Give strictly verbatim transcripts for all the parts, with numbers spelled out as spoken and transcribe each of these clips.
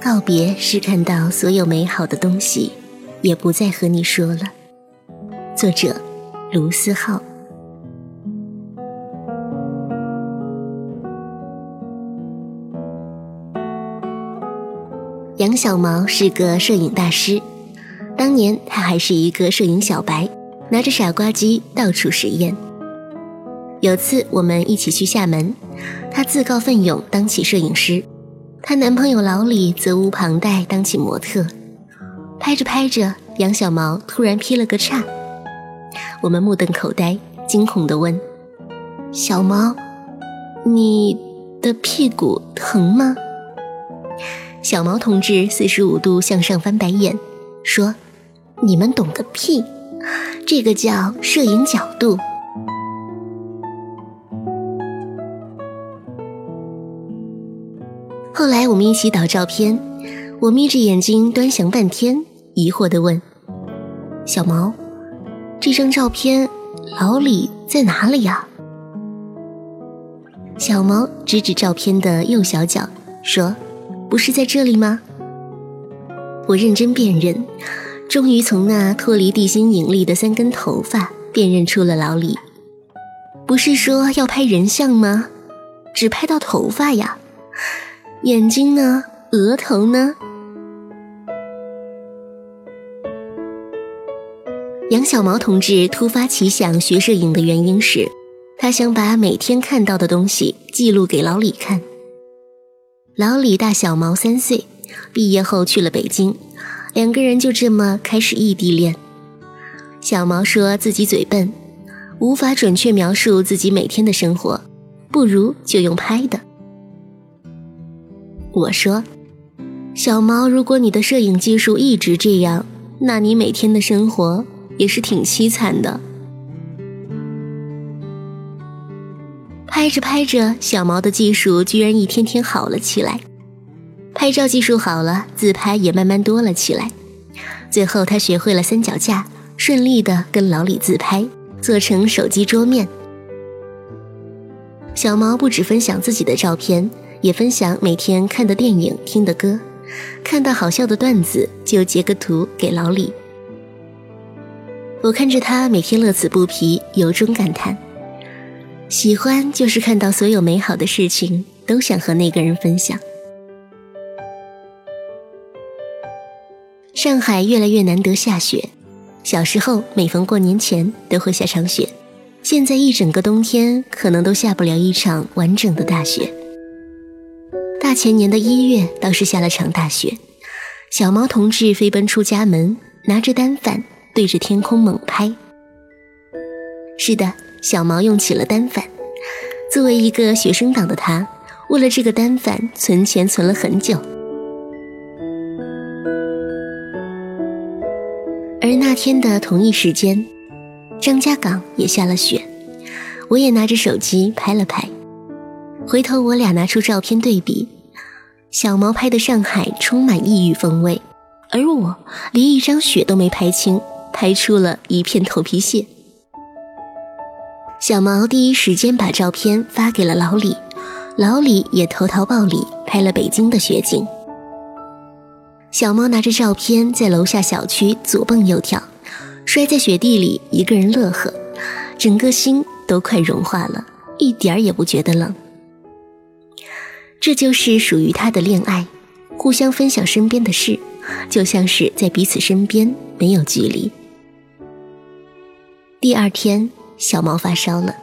告别是看到所有美好的东西，也不再和你说了。作者卢思浩。杨小毛是个摄影大师，当年他还是一个摄影小白，拿着傻瓜机到处实验。有次我们一起去厦门，他自告奋勇当起摄影师，她男朋友老李责无旁贷当起模特。拍着拍着，杨小毛突然劈了个叉，我们目瞪口呆，惊恐地问：小毛，你的屁股疼吗？小毛同志四十五度向上翻白眼，说：你们懂个屁，这个叫摄影角度。后来我们一起导照片，我眯着眼睛端详半天，疑惑地问：小毛，这张照片老李在哪里呀？小毛指指照片的右小角，说：不是在这里吗？我认真辨认，终于从那脱离地心引力的三根头发辨认出了老李。不是说要拍人像吗？只拍到头发呀，眼睛呢？额头呢？杨小毛同志突发奇想学摄影的原因是，他想把每天看到的东西记录给老李看。老李大小毛三岁，毕业后去了北京，两个人就这么开始异地恋。小毛说自己嘴笨，无法准确描述自己每天的生活，不如就用拍的。我说：小毛，如果你的摄影技术一直这样，那你每天的生活也是挺凄惨的。拍着拍着，小毛的技术居然一天天好了起来。拍照技术好了，自拍也慢慢多了起来。最后他学会了三脚架，顺利地跟老李自拍，做成手机桌面。小毛不只分享自己的照片，也分享每天看的电影、听的歌，看到好笑的段子就截个图给老李。我看着他每天乐此不疲，由衷感叹，喜欢就是看到所有美好的事情都想和那个人分享。上海越来越难得下雪，小时候每逢过年前都会下场雪，现在一整个冬天可能都下不了一场完整的大雪。大前年的一月倒是下了场大雪，小毛同志飞奔出家门，拿着单反对着天空猛拍。是的，小毛用起了单反。作为一个学生党的他，为了这个单反存钱存了很久。而那天的同一时间，张家港也下了雪，我也拿着手机拍了拍。回头我俩拿出照片对比，小毛拍的上海充满异域风味，而我连一张雪都没拍清，拍出了一片头皮屑。小毛第一时间把照片发给了老李，老李也投桃报李拍了北京的雪景。小毛拿着照片在楼下小区左蹦右跳，摔在雪地里一个人乐呵，整个心都快融化了，一点也不觉得冷。这就是属于他的恋爱，互相分享身边的事，就像是在彼此身边，没有距离。第二天，小毛发烧了。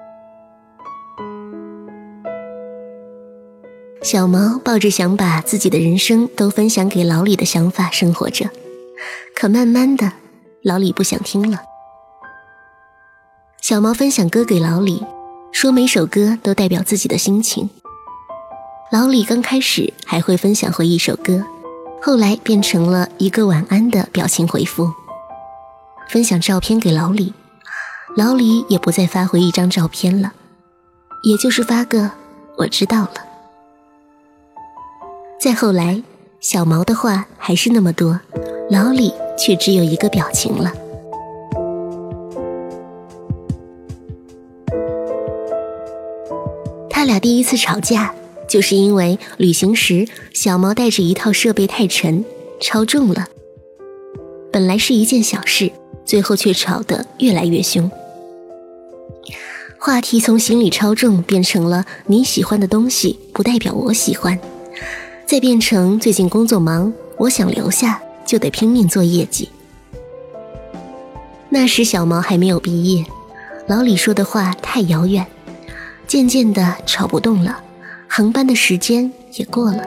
小毛抱着想把自己的人生都分享给老李的想法生活着，可慢慢的，老李不想听了。小毛分享歌给老李，说每首歌都代表自己的心情。老李刚开始还会分享回一首歌，后来变成了一个晚安的表情回复。分享照片给老李，老李也不再发回一张照片了，也就是发个我知道了。再后来，小毛的话还是那么多，老李却只有一个表情了。他俩第一次吵架就是因为旅行时小毛带着一套设备太沉，超重了。本来是一件小事，最后却吵得越来越凶。话题从行李超重变成了你喜欢的东西不代表我喜欢，再变成最近工作忙，我想留下就得拼命做业绩。那时小毛还没有毕业，老李说的话太遥远，渐渐的吵不动了，航班的时间也过了。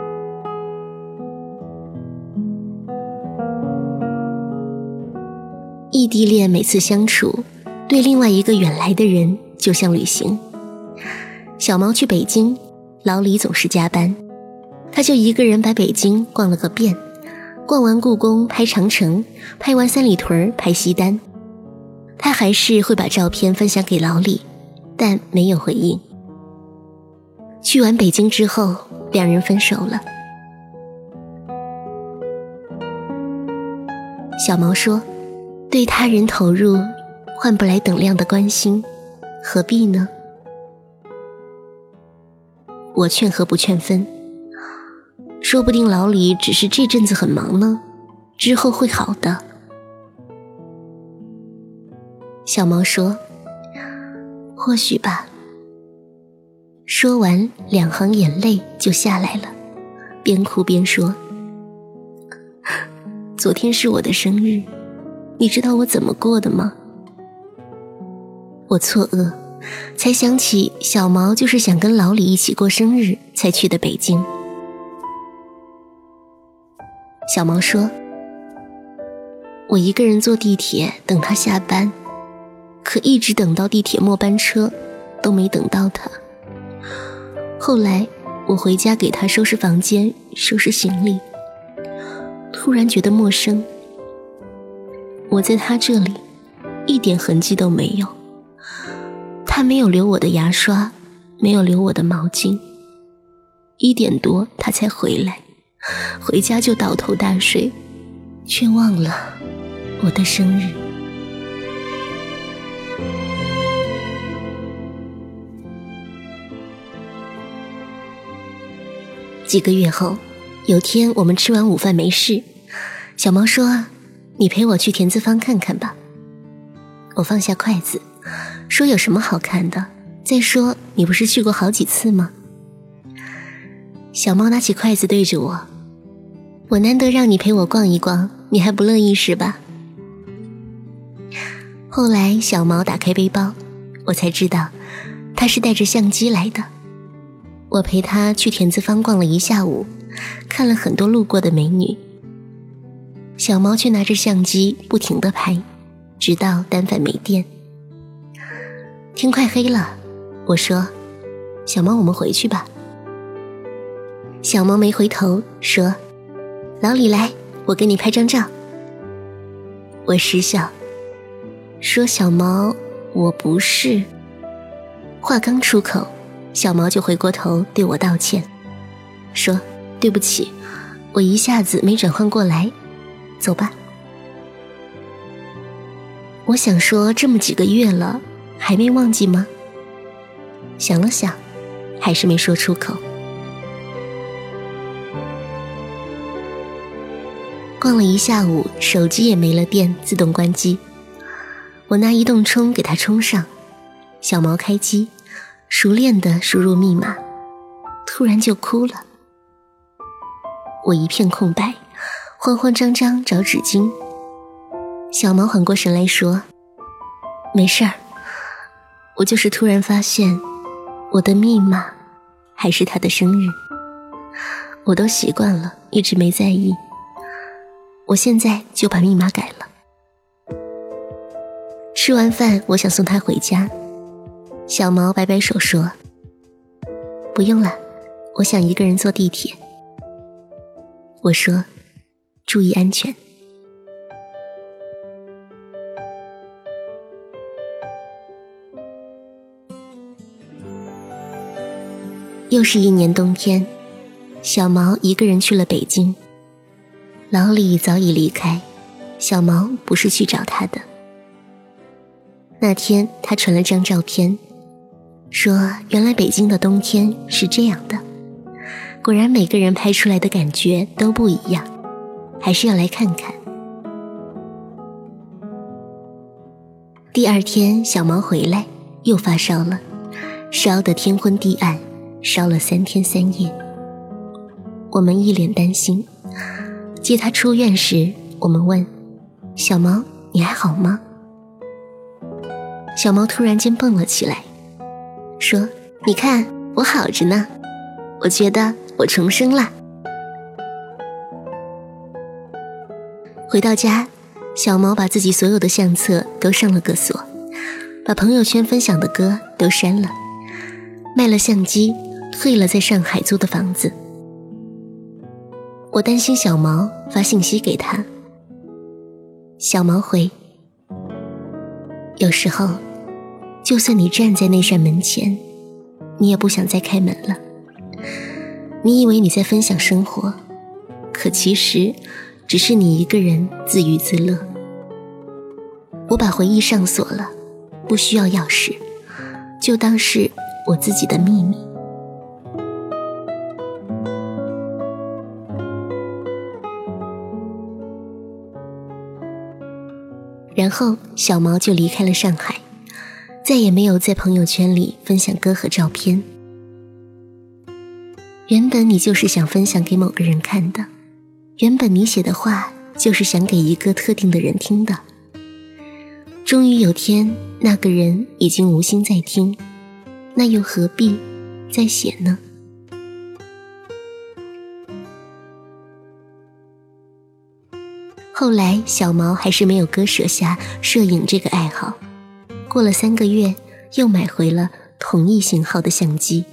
异地恋每次相处，对另外一个远来的人就像旅行。小毛去北京，老李总是加班，他就一个人把北京逛了个遍，逛完故宫拍长城，拍完三里屯拍西单。他还是会把照片分享给老李，但没有回应。去完北京之后，两人分手了。小毛说，对他人投入换不来等量的关心，何必呢？我劝和不劝分，说不定老李只是这阵子很忙呢，之后会好的。小毛说，或许吧。说完，两行眼泪就下来了，边哭边说，昨天是我的生日，你知道我怎么过的吗？我错愕，才想起小毛就是想跟老李一起过生日才去的北京。小毛说，我一个人坐地铁等他下班，可一直等到地铁末班车都没等到他。后来我回家给他收拾房间，收拾行李，突然觉得陌生。我在他这里一点痕迹都没有，他没有留我的牙刷，没有留我的毛巾。一点多他才回来，回家就倒头大睡，却忘了我的生日。几个月后，有天我们吃完午饭没事，小毛说，你陪我去田字坊看看吧。我放下筷子，说有什么好看的，再说你不是去过好几次吗？小毛拿起筷子对着我，我难得让你陪我逛一逛，你还不乐意是吧？后来小毛打开背包，我才知道他是带着相机来的。我陪他去田字坊逛了一下午，看了很多路过的美女。小毛却拿着相机不停地拍，直到单反没电。天快黑了，我说，小毛我们回去吧。小毛没回头，说，老李来，我给你拍张照。我失笑，说，小毛我不是。话刚出口，小毛就回过头对我道歉，说，对不起，我一下子没转换过来，走吧。我想说，这么几个月了，还没忘记吗？想了想，还是没说出口。逛了一下午，手机也没了电，自动关机。我拿移动充给它充上，小毛开机，熟练地输入密码，突然就哭了。我一片空白，慌慌张张找纸巾。小毛缓过神来说，没事儿，我就是突然发现我的密码还是他的生日，我都习惯了，一直没在意，我现在就把密码改了。吃完饭，我想送他回家，小毛摆摆手说，不用了，我想一个人坐地铁。我说，注意安全。又是一年冬天，小毛一个人去了北京。老李早已离开，小毛不是去找他的。那天他传了张照片，说原来北京的冬天是这样的。 果然每个人拍出来的感觉都不一样，还是要来看看。第二天小毛回来又发烧了，烧得天昏地暗，烧了三天三夜。我们一脸担心，接他出院时，我们问小毛，你还好吗？小毛突然间蹦了起来，说，你看我好着呢，我觉得我重生了。回到家，小毛把自己所有的相册都上了个锁，把朋友圈分享的歌都删了，卖了相机，退了在上海租的房子。我担心小毛，发信息给他。小毛回，有时候就算你站在那扇门前，你也不想再开门了。你以为你在分享生活，可其实只是你一个人自娱自乐。我把回忆上锁了，不需要钥匙，就当是我自己的秘密。然后小毛就离开了上海，再也没有在朋友圈里分享歌和照片。原本你就是想分享给某个人看的，原本你写的话就是想给一个特定的人听的。终于有天，那个人已经无心再听，那又何必再写呢？后来小毛还是没有割舍下摄影这个爱好，过了三个月又买回了同一型号的相机。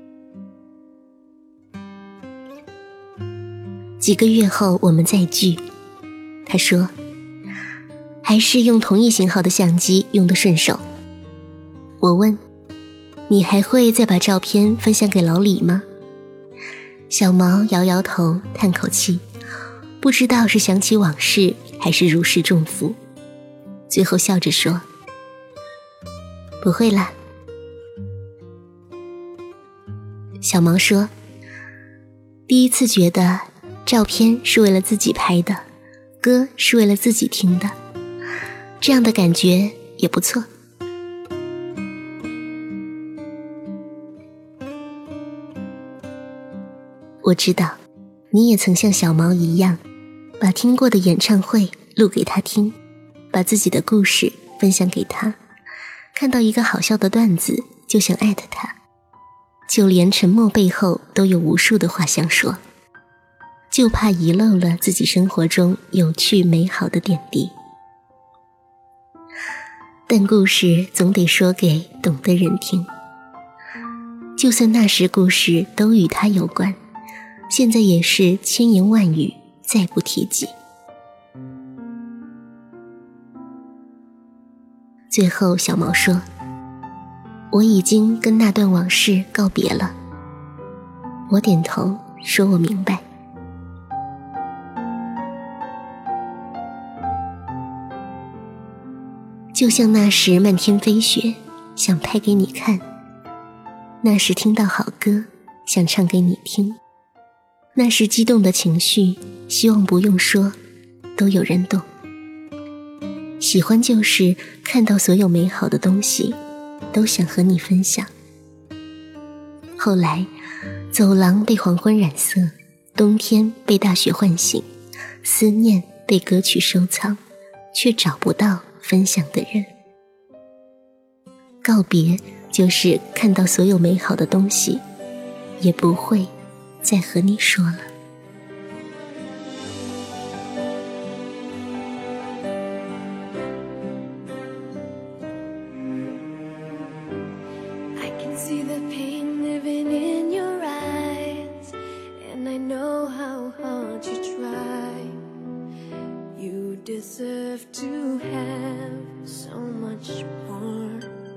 几个月后我们再聚，他说还是用同一型号的相机用得顺手。我问，你还会再把照片分享给老李吗？小毛摇摇头，叹口气，不知道是想起往事还是如释重负，最后笑着说，不会啦。小毛说，第一次觉得照片是为了自己拍的，歌是为了自己听的，这样的感觉也不错。我知道你也曾像小毛一样，把听过的演唱会录给他听，把自己的故事分享给他，看到一个好笑的段子就想艾特他，就连沉默背后都有无数的话想说，就怕遗漏了自己生活中有趣美好的点滴。但故事总得说给懂的人听，就算那时故事都与他有关，现在也是千言万语再不提及。最后小毛说，我已经跟那段往事告别了。我点头说，我明白。就像那时漫天飞雪，想拍给你看，那时听到好歌，想唱给你听，那时激动的情绪，希望不用说都有人懂。喜欢就是看到所有美好的东西都想和你分享。后来走廊被黄昏染色，冬天被大雪唤醒，思念被歌曲收藏，却找不到分享的人。告别就是看到所有美好的东西，也不会再和你说了。 See the pain living in your eyes, and I know how hard you try. You deserve to have so much more.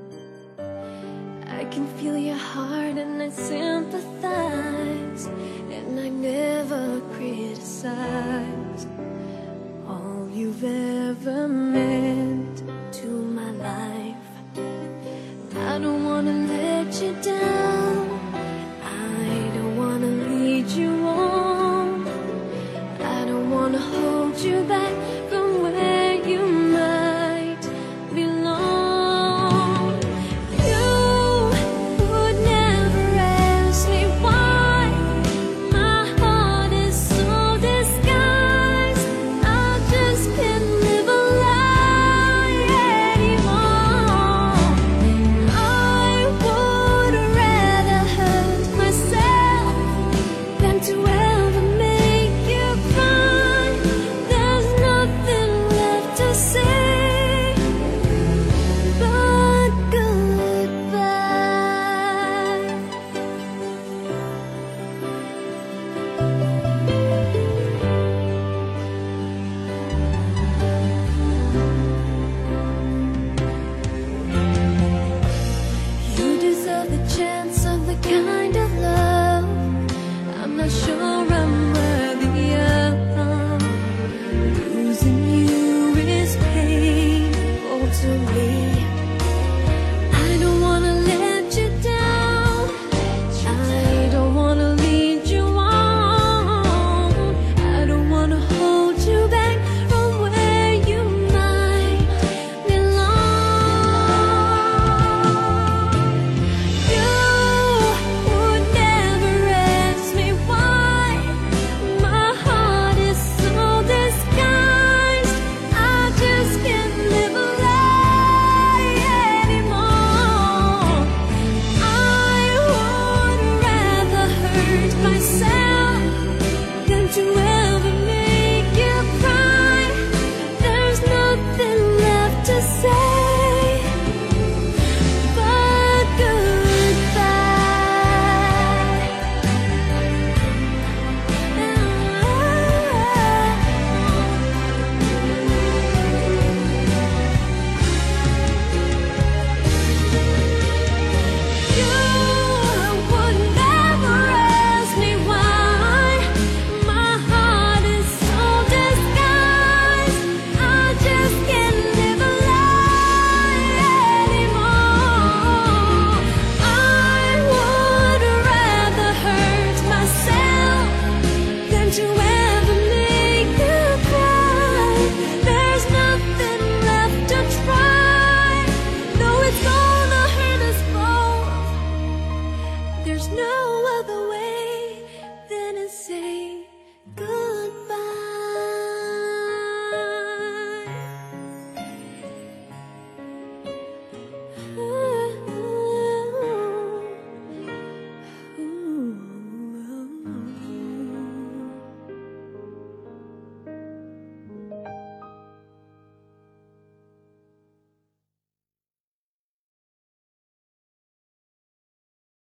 I can feel your heart and I sympathize, and I never criticize all you've ever meant to my life.